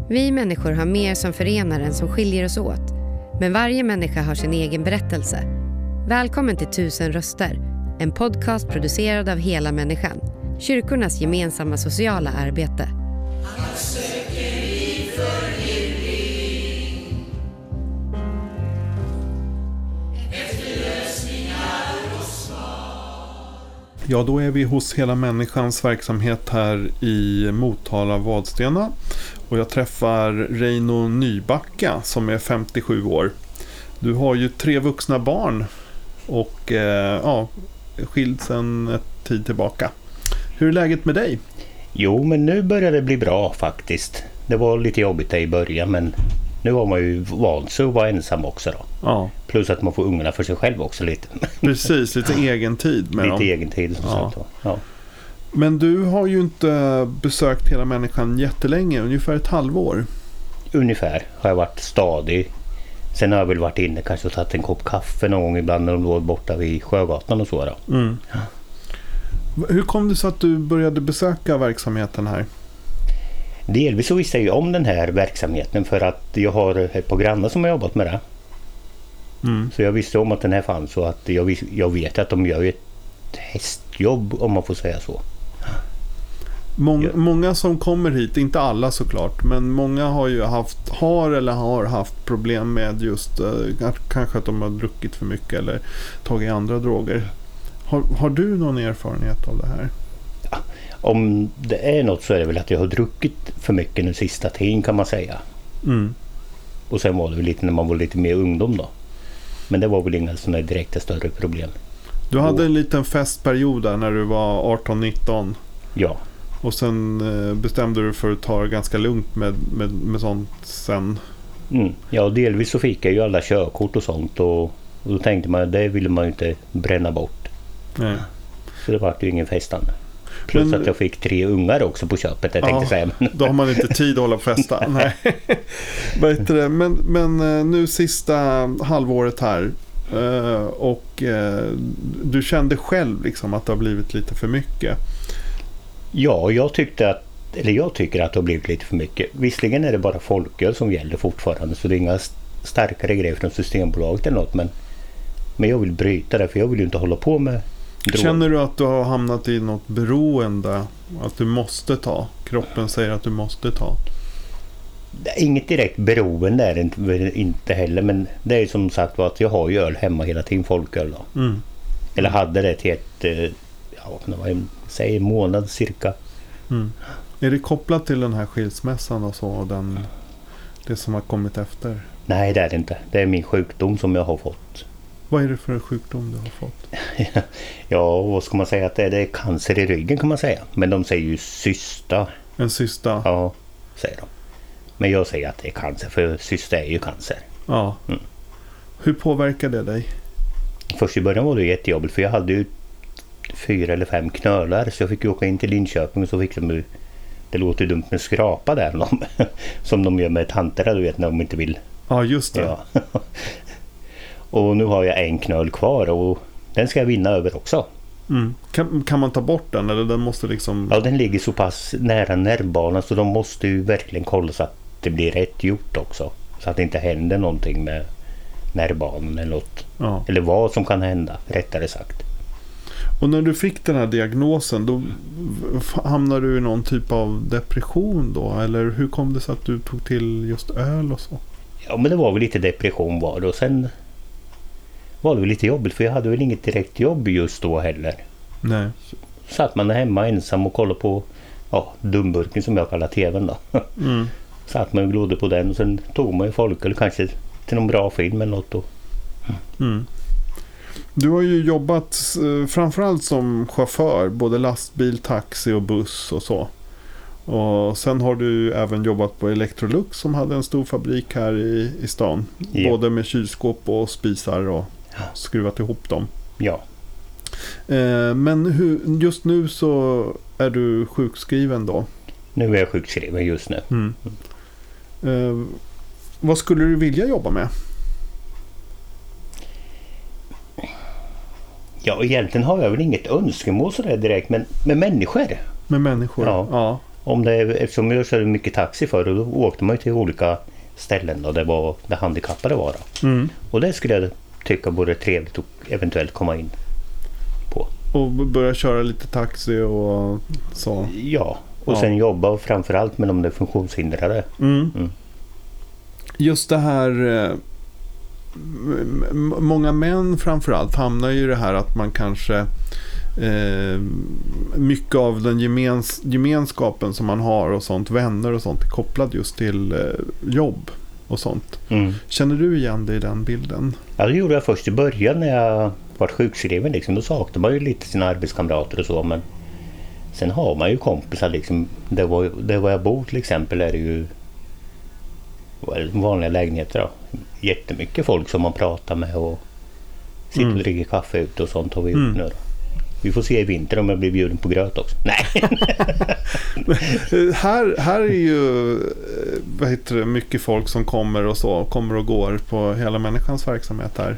Vi människor har mer som förenar än som skiljer oss åt. Men varje människa har sin egen berättelse. Välkommen till 1000 röster. En podcast producerad av Hela Människan. Kyrkornas gemensamma sociala arbete. Ja, då är vi hos Hela Människans verksamhet här i Motala, Vadstena. Och jag träffar Reino Nybacka som är 57 år. Du har ju 3 vuxna barn och skild sedan ett tid tillbaka. Hur är läget med dig? Jo, men nu börjar det bli bra faktiskt. Det var lite jobbigt i början, men nu har man ju vant sig att vara ensam också då. Ja. Plus att man får ungarna för sig själv också lite. Precis, lite egen tid med dem. Lite egen tid som sagt då. Ja. Men du har ju inte besökt Hela Människan jättelänge, ungefär ett halvår. Ungefär har jag varit stadig. Sen har jag väl varit inne kanske och tagit en kopp kaffe någon gång ibland när de låg borta vid Sjögatan och så då. Mm. Ja. Hur kom det så att du började besöka verksamheten här? Delvis så visste jag ju om den här verksamheten för att jag har ett par grannar som har jobbat med det. Mm. Så jag visste om att den här fanns och att jag vet att de gör ett hästjobb om man får säga så. Många som kommer hit, inte alla såklart, men många har ju har haft problem med just kanske att de har druckit för mycket eller tagit andra droger. Har du någon erfarenhet av det här? Ja, om det är något så är det väl att jag har druckit för mycket nu sista tiden kan man säga. Mm. Och sen var det väl lite när man var lite mer ungdom då. Men det var väl inga sådana direkta större problem. Du hade en liten festperiod där när du var 18-19. Ja. Och sen bestämde du för att ta det ganska lugnt med sånt sen. Mm. Ja, delvis så fick jag ju alla körkort och sånt. Och då tänkte man, det ville man ju inte bränna bort. Nej. Så det var ju ingen festande. Plus att jag fick 3 ungar också på köpet, jag tänkte säga. Då har man inte tid att hålla på festa. Nej. Men nu sista halvåret här och du kände själv liksom att det har blivit lite för mycket. Ja, jag tycker att det har blivit lite för mycket. Visserligen är det bara folköl som gäller fortfarande, så det är inga starkare grejer från Systembolaget eller något, men jag vill bryta det för jag vill ju inte hålla på med droger. Känner du att du har hamnat i något beroende, att du måste ta? Kroppen säger att du måste ta. Inget direkt beroende är det inte heller, men det är som sagt att jag har ju öl hemma hela tiden, folköl då. Mm. Eller hade det till en månad cirka. Mm. Är det kopplat till den här skilsmässan och så, och det som har kommit efter? Nej, det är det inte. Det är min sjukdom som jag har fått. Vad är det för sjukdom du har fått? Ja, vad ska man säga? Att det är cancer i ryggen kan man säga. Men de säger ju cysta. En cysta? Ja, säger de. Men jag säger att det är cancer, för cysta är ju cancer. Ja. Mm. Hur påverkar det dig? Först i början var det jättejobbigt, för jag hade ju 4 eller 5 knölar. Så jag fick ju åka in till Linköping och så fick de ju, det låter ju dumt med skrapa där. Som de gör med tanter, du vet, när de inte vill. Ja, just det. Ja. Och nu har jag en knöl kvar och den ska jag vinna över också. Mm. Kan man ta bort den eller den måste liksom... Ja, den ligger så pass nära nervbanan så de måste ju verkligen kolla så att det blir rätt gjort också. Så att det inte händer någonting med nervbanan eller något. Ja. Eller vad som kan hända, rättare sagt. Och när du fick den här diagnosen, då hamnade du i någon typ av depression då? Eller hur kom det så att du tog till just öl och så? Ja, men det var väl lite depression var det. Och sen var det väl lite jobbigt, för jag hade väl inget direkt jobb just då heller. Nej. Så satt man hemma ensam och kollade på dumburken som jag kallar tvn då. Mm. Satt man och glodde på den och sen tog man ju folk eller kanske till någon bra film eller något då. Mm. Du har ju jobbat framförallt som chaufför, både lastbil, taxi och buss och så. Och sen har du även jobbat på Electrolux som hade en stor fabrik här i stan. Ja. Både med kylskåp och spisar och skruvat ihop dem. Ja. Men just nu så är du sjukskriven då? Nu är jag sjukskriven just nu. Mm. Vad skulle du vilja jobba med? Ja, egentligen har jag väl inget önskemål sådär direkt, men med människor. Med människor, ja. Eftersom jag körde mycket taxi förr, och då åkte man ju till olika ställen då där handikappade var. Och det skulle jag tycka vore trevligt att eventuellt komma in på. Och börja köra lite taxi och så. Ja, och sen jobba framförallt med de där funktionshindrade. Just det här, många män framförallt hamnar ju i det här att man kanske mycket av den gemenskapen som man har och sånt, vänner och sånt, är kopplad just till jobb och sånt. Känner du igen dig i den bilden? Ja, det gjorde jag först i början när jag var sjukskriven liksom. Då saknade man ju lite sina arbetskamrater och så, men sen har man ju kompisar liksom. Det var jag bor till exempel är det ju vanliga lägenheter då. Jättemycket folk som man pratar med och sitter och dricker kaffe ute och sånt har vi gjort nu då. Vi får se i vinter om jag blir bjuden på gröt också. Nej. här är ju mycket folk som kommer och går på hela människans verksamhet här.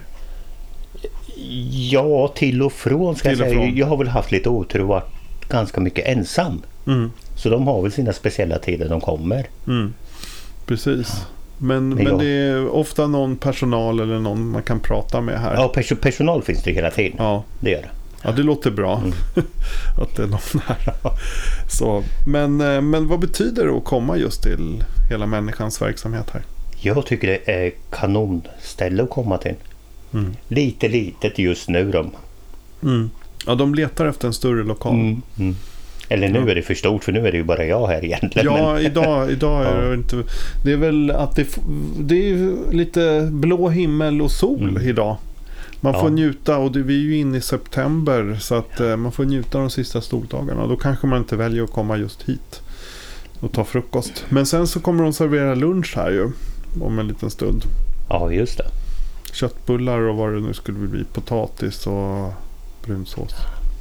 Ja, till och från ska jag säga. Jag har väl haft lite otur och varit ganska mycket ensam. Så de har väl sina speciella tider de kommer. Precis. Men det är ofta någon personal eller någon man kan prata med här. Ja, personal finns det hela tiden. Ja. Det gör det. Ja, det låter bra att det är någon här. Så, men vad betyder det att komma just till hela människans verksamhet här? Jag tycker det är kanonställe att komma till. Lite litet just nu då. Ja, de letar efter en större lokal. Eller nu är det för stort, för nu är det ju bara jag här egentligen. Ja, idag är det inte... Det är väl att det är lite blå himmel och sol idag. Man får njuta, och vi är ju inne i september, så att man får njuta de sista soldagarna. Då kanske man inte väljer att komma just hit och ta frukost. Men sen så kommer de servera lunch här ju om en liten stund. Ja, just det. Köttbullar och vad det nu skulle bli, potatis och brunsås.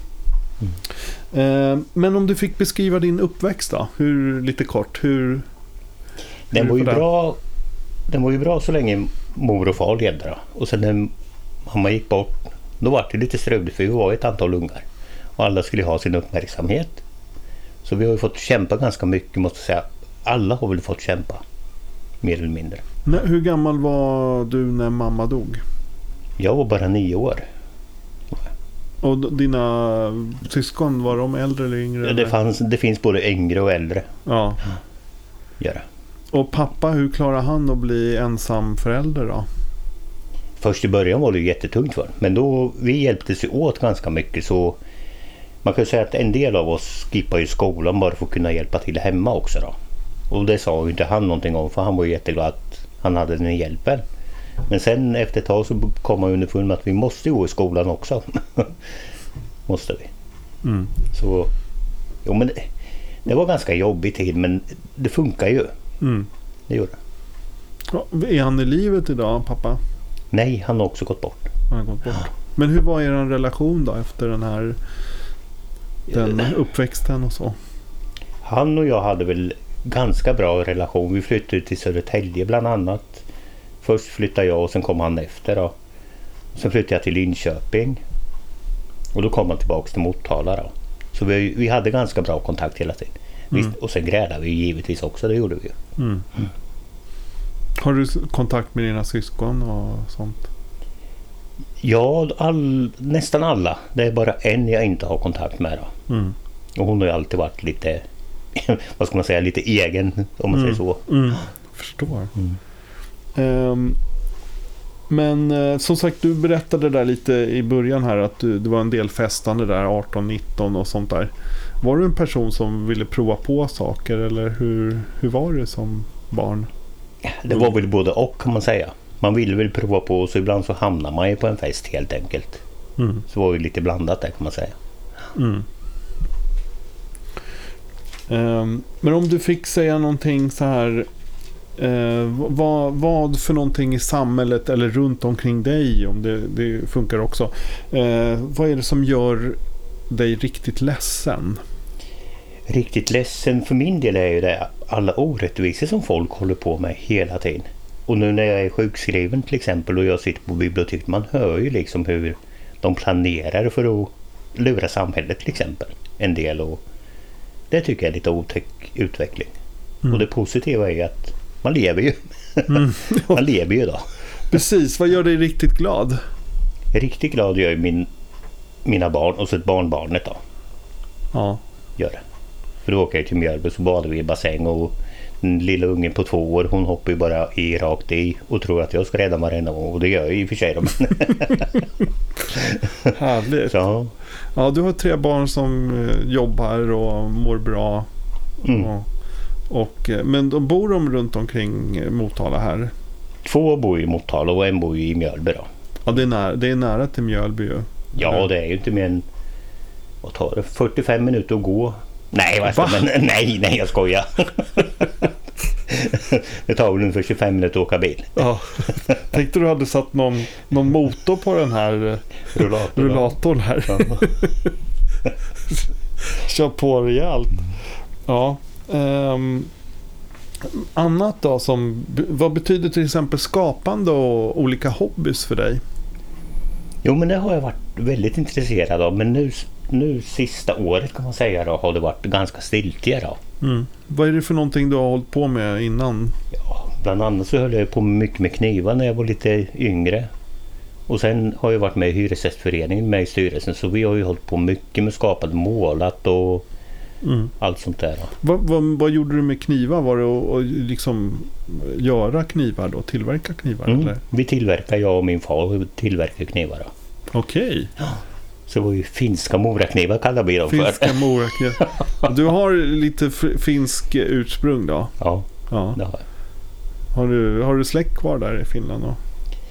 Men om du fick beskriva din uppväxt då, lite kort, den var ju bra. Den var ju bra så länge mor och far levde då. Och sen när mamma gick bort, då var det lite struligt, för vi var ett antal ungar och alla skulle ha sin uppmärksamhet. Så vi har ju fått kämpa ganska mycket, måste jag säga. Alla har väl fått kämpa mer eller mindre. Hur gammal var du när mamma dog? Jag var bara 9 år. Och dina syskon, var de äldre eller yngre? Det finns både yngre och äldre. Ja. Gör det. Och pappa, hur klarar han att bli ensam förälder då? Först i början var det jättetungt för. Men då vi hjälptes åt ganska mycket, så man kan säga att en del av oss skippade ju skolan bara för att kunna hjälpa till hemma också då. Och det sa ju inte han någonting om, för han var ju jätteglad att han hade den hjälpen. Men sen efter ett tag så kom man underfund med att vi måste gå i skolan också. Måste vi. Så men det var ganska jobbig tid, men det funkar ju. Det gjorde det. Ja, är han i livet idag, pappa? Nej, han har också gått bort. Men hur var er relation då efter den uppväxten och så? Han och jag hade väl ganska bra relation. Vi flyttade till Södertälje bland annat. Först flyttade jag och sen kom han efter då. Sen flyttade jag till Linköping. Och då kom han tillbaka till Motala då. Så vi hade ganska bra kontakt hela tiden. Och sen grälade vi givetvis också, det gjorde vi ju. Har du kontakt med dina syskon och sånt? Ja, nästan alla. Det är bara en jag inte har kontakt med då. Och hon har ju alltid varit lite, vad ska man säga, lite egen, om man säger så. Förstår. Men som sagt, du berättade där lite i början här att det var en del festande där 18-19 och sånt där. Var du en person som ville prova på saker, eller hur var det som barn? Det var väl både och, kan man säga. Man ville väl prova på, så ibland så hamnar man ju på en fest helt enkelt. Så var det lite blandat där, kan man säga. Men om du fick säga någonting så här, vad för någonting i samhället eller runt omkring dig, om det funkar också, vad är det som gör dig riktigt ledsen? Riktigt ledsen för min del är ju det alla orättvisor som folk håller på med hela tiden. Och nu när jag är sjukskriven till exempel och jag sitter på biblioteket, man hör ju liksom hur de planerar för att lura samhället till exempel. En del, och Det tycker jag är lite otäck utveckling. Och det positiva är att man lever ju. Man lever ju då. Precis, vad gör dig riktigt glad? Riktigt glad gör ju mina barn och så ett barnbarnet då. Ja. Gör det. För då åker jag till Mjölby så badar vi i bassäng och den lilla ungen på 2 år, hon hoppar ju bara rakt i och tror att jag ska rädda varenda gång, och det gör jag i och för sig. Härligt. Så. Ja, du har 3 barn som jobbar och mår bra. Men bor de runt omkring Motala här? 2 bor i Motala och en bor i Mjölby då. Ja, det är nära till Mjölby ju. Ja, det är ju inte mer än, vad tar det, 45 minuter att gå. Nej, nej, jag skojar. Det tar väl ungefär 25 minuter att åka bil. Ja. Tänkte du hade satt någon motor på den här rullatorn här. Ja. Kör på rejält. Ja. Annat då vad betyder till exempel skapande och olika hobbys för dig? Jo, men det har jag varit väldigt intresserad av, men nu sista året kan man säga då, har det varit ganska stiltje då. Vad är det för någonting du har hållit på med innan? Ja, bland annat så höll jag på mycket med knivar när jag var lite yngre. Och sen har jag varit med i Hyresgästföreningen, med i styrelsen, så vi har ju hållit på mycket med skapat, målat och allt sånt där. Vad gjorde du med knivar? Var det att liksom göra knivar då? Tillverka knivar? Eller? Vi tillverkar, jag och min far tillverkar knivar då. Okej. Ja. Så det var ju finska moraknivar kallar vi dem för. Finska moraknivar. Du har lite finsk ursprung då? Ja, det har jag. Har du släkt kvar där i Finland då?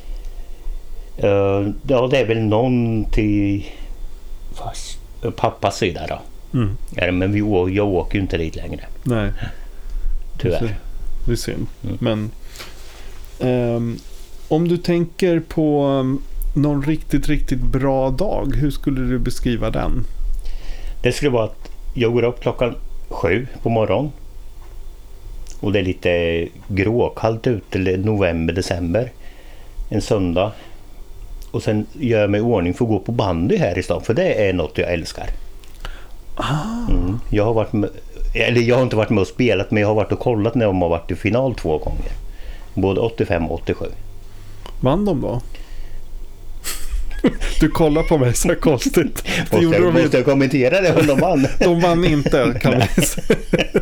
Ja, det är väl någon till pappas sida då. Ja, men jag åker ju inte dit längre. Nej. Tyvärr. Det är synd. Men om du tänker på någon riktigt bra dag, hur skulle du beskriva den? Det skulle vara att jag går upp klockan 7 på morgonen. Och det är lite gråkallt ute, eller november, december. En söndag. Och sen gör jag mig i ordning för att gå på bandy här i stan, för det är något jag älskar. Jag har varit med, eller jag har inte varit med och spelat, men jag har varit och kollat när de har varit i final 2 gånger. Både 85 och 87. Vann de då? Du kollar på mig så konstigt. Måste jag kommentera det om de vann? De vann inte, kan vi säga.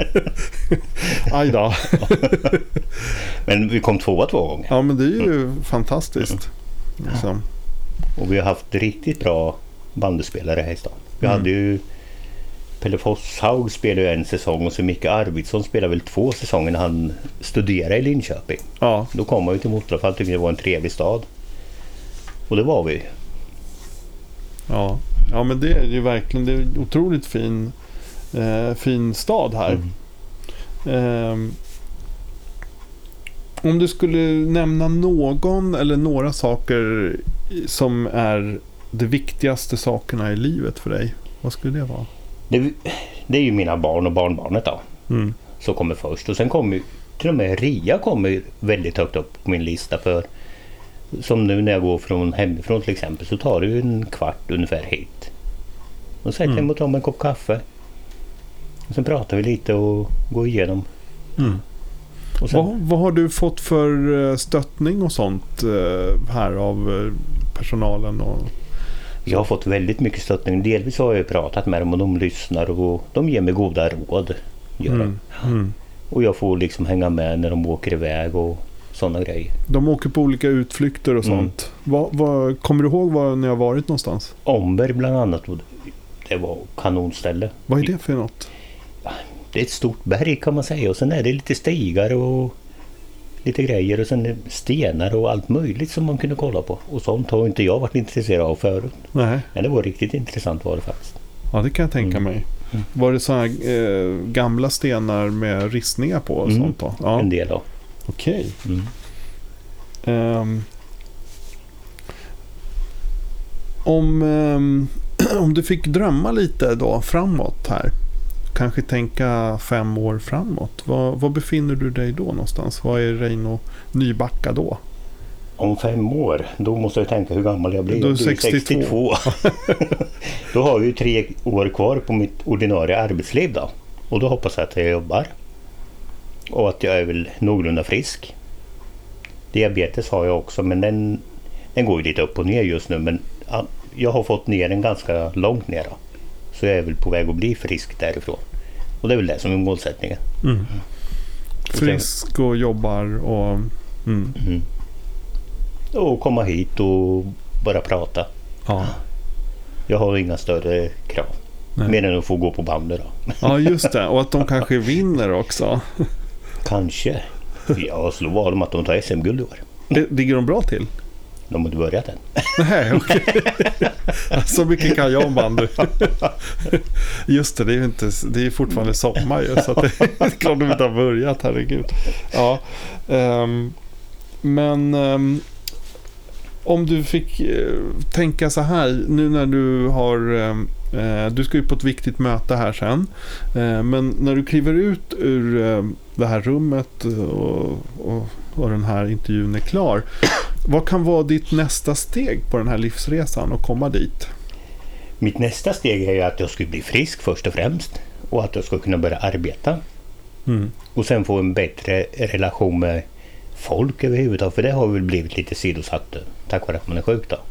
Aj då. Men vi kom 2 gånger. Ja, men det är ju fantastiskt. Liksom. Och vi har haft riktigt bra bandyspelare här i stan. Vi hade ju Pelle Fosshaug spelade ju en säsong, och så Micke Arvidsson spelade väl 2 säsonger när han studerade i Linköping. Ja. Då kom han ju till Motala för att han tyckte det var en trevlig stad. Och det var vi. Ja, men det är ju verkligen, det är en otroligt fin stad här. Om du skulle nämna någon eller några saker som är de viktigaste sakerna i livet för dig, vad skulle det vara? Det är ju mina barn och barnbarnet då. Så kommer först. Och sen kommer till och med Ria kommer väldigt högt upp på min lista, för som nu när jag går från hemifrån till exempel, så tar det ju en kvart ungefär hit. Och sätter jag mig och tar en kopp kaffe. Och sen pratar vi lite och går igenom. Och sen, vad har du fått för stöttning och sånt här av personalen? Jag har fått väldigt mycket stöttning. Delvis har jag pratat med dem och de lyssnar och de ger mig goda råd. Och jag får liksom hänga med när de åker iväg och sådana grejer. De åker på olika utflykter och sånt. Kommer du ihåg var ni har varit någonstans? Omberg bland annat. Det var kanonställe. Vad är det för något? Ja, det är ett stort berg kan man säga. Och sen är det lite stigar och lite grejer. Och sen stenar och allt möjligt som man kunde kolla på. Och sånt har inte jag varit intresserad av förut. Nej. Men det var riktigt intressant var det faktiskt. Ja, det kan jag tänka mig. Var det så här gamla stenar med ristningar på och sånt då? Ja. En del då. Okej. Om du fick drömma lite då framåt här, kanske tänka 5 år framåt, vad befinner du dig då någonstans? Vad är Reino Nybacka då? Om 5 år, då måste jag tänka hur gammal jag blir. Du är 62. Då har jag ju 3 år kvar på mitt ordinarie arbetsliv då. Och då hoppas jag att jag jobbar. Och att jag är väl någorlunda frisk. Diabetes har jag också, men den går ju lite upp och ner just nu. Men jag har fått ner den ganska långt ner då. Så jag är väl på väg att bli frisk därifrån. Och det är väl det som är målsättningen. Frisk och jobbar och... Och komma hit och bara prata. Ja. Jag har inga större krav. Nej. Mer än att få gå på bandet då. Ja, just det. Och att de kanske vinner också. Kanske. Jag slår vad om att de tar SM-guld i år. Ligger de bra till? De har inte börjat än. Nej, okej. Så mycket kan jag om bandy. Just det, det är ju fortfarande sommar ju, så att det är klart de inte har börjat, herregud. Ja. Men om du fick tänka så här, nu när du har du ska ju på ett viktigt möte här sen, men när du kliver ut ur det här rummet och den här intervjun är klar, vad kan vara ditt nästa steg på den här livsresan och komma dit? Mitt nästa steg är ju att jag ska bli frisk först och främst, och att jag ska kunna börja arbeta och sen få en bättre relation med folk överhuvudtaget, för det har väl blivit lite sidosatt tack vare att man är sjuk då.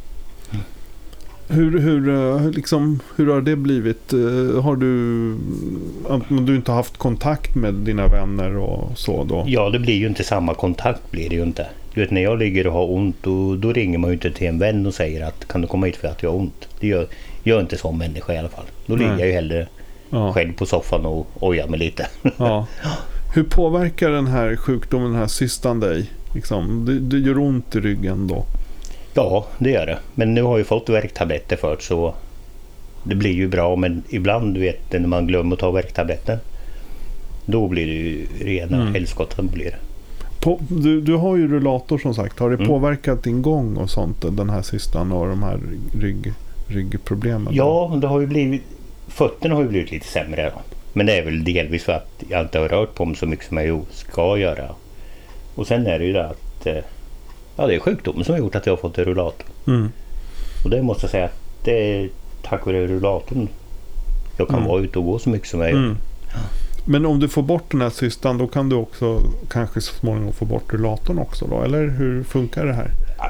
Hur har det blivit? Har du inte haft kontakt med dina vänner och så då? Ja, det blir ju inte samma kontakt, blir det ju inte. Du vet, när jag ligger och har ont, och då ringer man ju inte till en vän och säger att kan du komma hit för att jag har ont. Det gör inte som människa i alla fall. Då ligger jag ju hellre själv på soffan och ojar mig lite. Ja. Hur påverkar den här sjukdomen, den här cystan dig? Det gör ont i ryggen då? Ja, det gör det. Men nu har jag fått värktabletter förut, så det blir ju bra. Men ibland, du vet, när man glömmer att ta värktabletten, då blir det ju rena helskotten blir det. Du har ju rullator som sagt. Har det påverkat din gång och sånt, den här cystan och de här ryggproblemen? Ja, det har ju blivit, fötterna har ju blivit lite sämre då. Men det är väl delvis för att jag inte har rört på mig så mycket som jag ska göra. Och sen är det ju det att det är sjukdomen som har gjort att jag har fått en rullator. Och det måste jag säga att det är tack vare rullatorn jag kan vara ute och gå så mycket som jag gör. Men om du får bort den här cystan, då kan du också kanske så småningom få bort rullatorn också då? Eller hur funkar det här?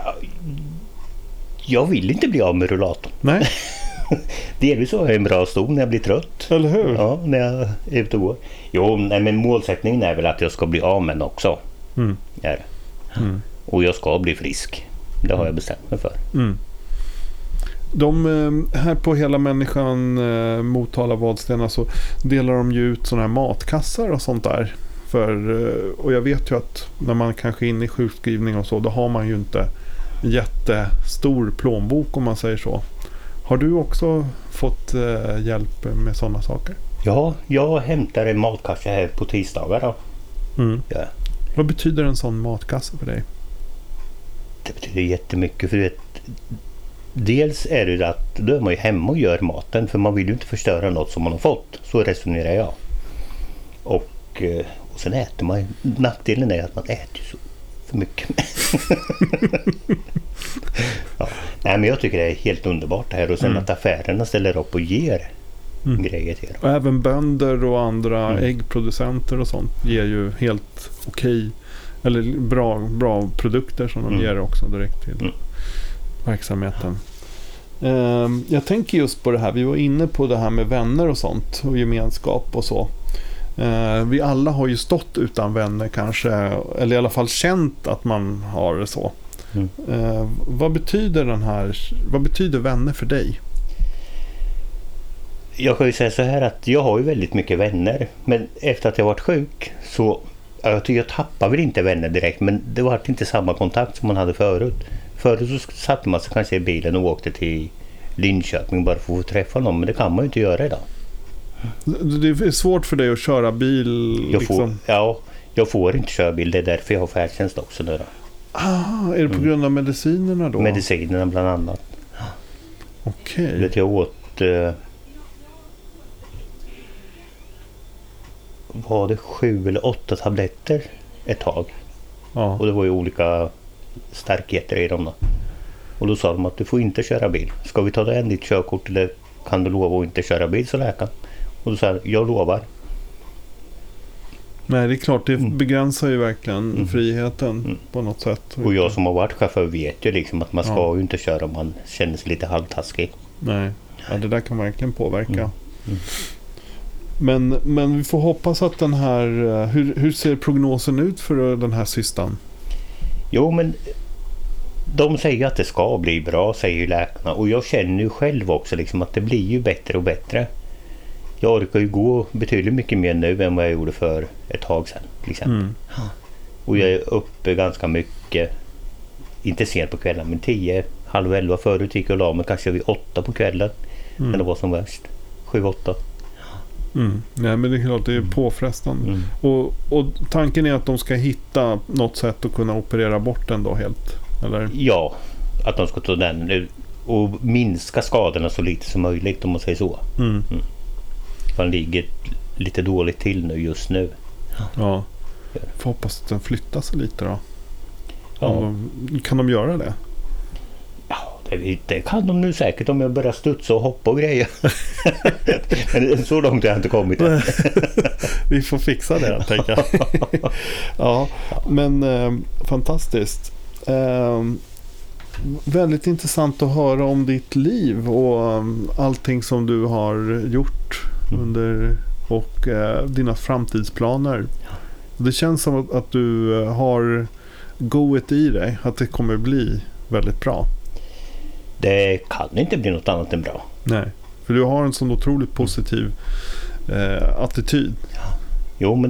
Jag vill inte bli av med rullatorn. Nej. Delvis så har jag en bra stol när jag blir trött. Eller hur? Ja, när jag är ute och går. Jo, men målsättningen är väl att jag ska bli av med den också. Och jag ska bli frisk. Det har jag bestämt mig för. De här på Hela Människan, Motala, Vadstena, så delar de ju ut sådana här matkassar och sånt där. Och jag vet ju att när man kanske är inne i sjukskrivning och så, då har man ju inte en jättestor plånbok om man säger så. Har du också fått hjälp med sådana saker? Ja, jag hämtar en matkasse här på tisdagar då. Ja. Vad betyder en sån matkasse för dig? Det betyder jättemycket, för dels är det att då är man ju hemma och gör maten, för man vill ju inte förstöra något som man har fått. Så resonerar jag. Och sen äter man. Nackdelen är att man äter så för mycket. Ja. Nej, men jag tycker det är helt underbart det här. Och sen att affärerna ställer upp och ger grejer till dem. Och även bönder och andra äggproducenter och sånt ger ju helt okej, eller bra produkter som de ger också direkt till verksamheten. Jag tänker just på det här, vi var inne på det här med vänner och sånt och gemenskap och så. Vi alla har ju stått utan vänner kanske, eller i alla fall känt att man har det så. Vad betyder vänner för dig? Jag kan ju säga så här att jag har ju väldigt mycket vänner, men efter att jag varit sjuk så jag tappar väl inte vänner direkt, men det var inte samma kontakt som man hade förut. Förut så satte man sig kanske i bilen och åkte till Linköping bara för att träffa någon, men det kan man ju inte göra idag. Det är svårt för dig att köra bil? Jag får inte köra bil, det är därför jag har färdtjänst också nu då. Är det på grund av medicinerna då? Medicinerna bland annat. Okej. Jag åt var det 7 eller 8 tabletter ett tag. Ja. Och det var ju olika starkheter i dem då. Och då sa de att du får inte köra bil. Ska vi ta dig ditt körkort eller kan du lova att inte köra bil, så läkaren. Och då sa jag lovar. Nej, det är klart, det begränsar ju verkligen friheten på något sätt. Och jag som har varit chaufför vet ju liksom att man ska ju inte köra om man känner sig lite halvtaskig. Nej, ja, det där kan verkligen påverka. Men vi får hoppas att den här... Hur ser prognosen ut för den här cystan? Jo, men de säger att det ska bli bra, säger ju läkarna. Och jag känner ju själv också liksom att det blir ju bättre och bättre. Jag orkar ju gå betydligt mycket mer nu än vad jag gjorde för ett tag sedan till exempel. Och jag är uppe ganska mycket, inte sent på kvällen, men 10, halv 11 förut gick jag och la mig kanske vid 8 på kvällen. När det var som värst. 7-8. Nej, men det är klart, det är påfrestande. Och tanken är att de ska hitta något sätt att kunna operera bort den då helt, eller? Ja, att de ska ta den och minska skadorna så lite som möjligt, om man säger så. Man ligger lite dåligt till nu just nu. Ja, får hoppas att den flyttar sig lite då. Ja. Kan de göra det? Ja, det kan de nu säkert om jag börjar studsa och hoppa och grejer. Men så långt har jag inte kommit än. Vi får fixa det, tänker jag. Ja, men fantastiskt. Väldigt intressant att höra om ditt liv och allting som du har gjort under och dina framtidsplaner. Det känns som att du har goet i dig, att det kommer bli väldigt bra. Det kan inte bli något annat än bra. Nej, för du har en sån otroligt positiv attityd. Jo, men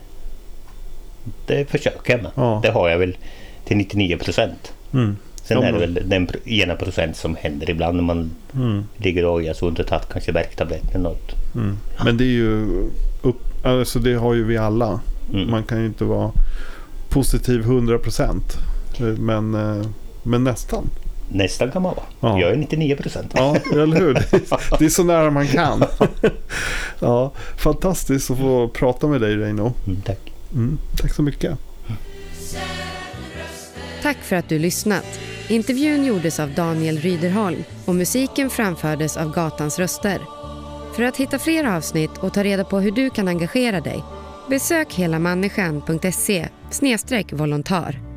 det försöker jag med. Ja. Det har jag väl till 99%. Sen är det väl den ena procent som händer ibland när man ligger och ojar så inte tagit kanske värktabletter eller något. Men det är ju alltså det har ju vi alla. Man kan ju inte vara positiv 100%. Men nästan. Nästan kan man vara. Ja. Jag är 99%. Ja, eller hur? Det är så nära man kan. Ja, fantastiskt att få prata med dig, Reino. Tack. Tack så mycket. Tack för att du lyssnat. Intervjun gjordes av Daniel Ryderholm och musiken framfördes av Gatans röster. För att hitta fler avsnitt och ta reda på hur du kan engagera dig, besök helamänniskan.se/volontar.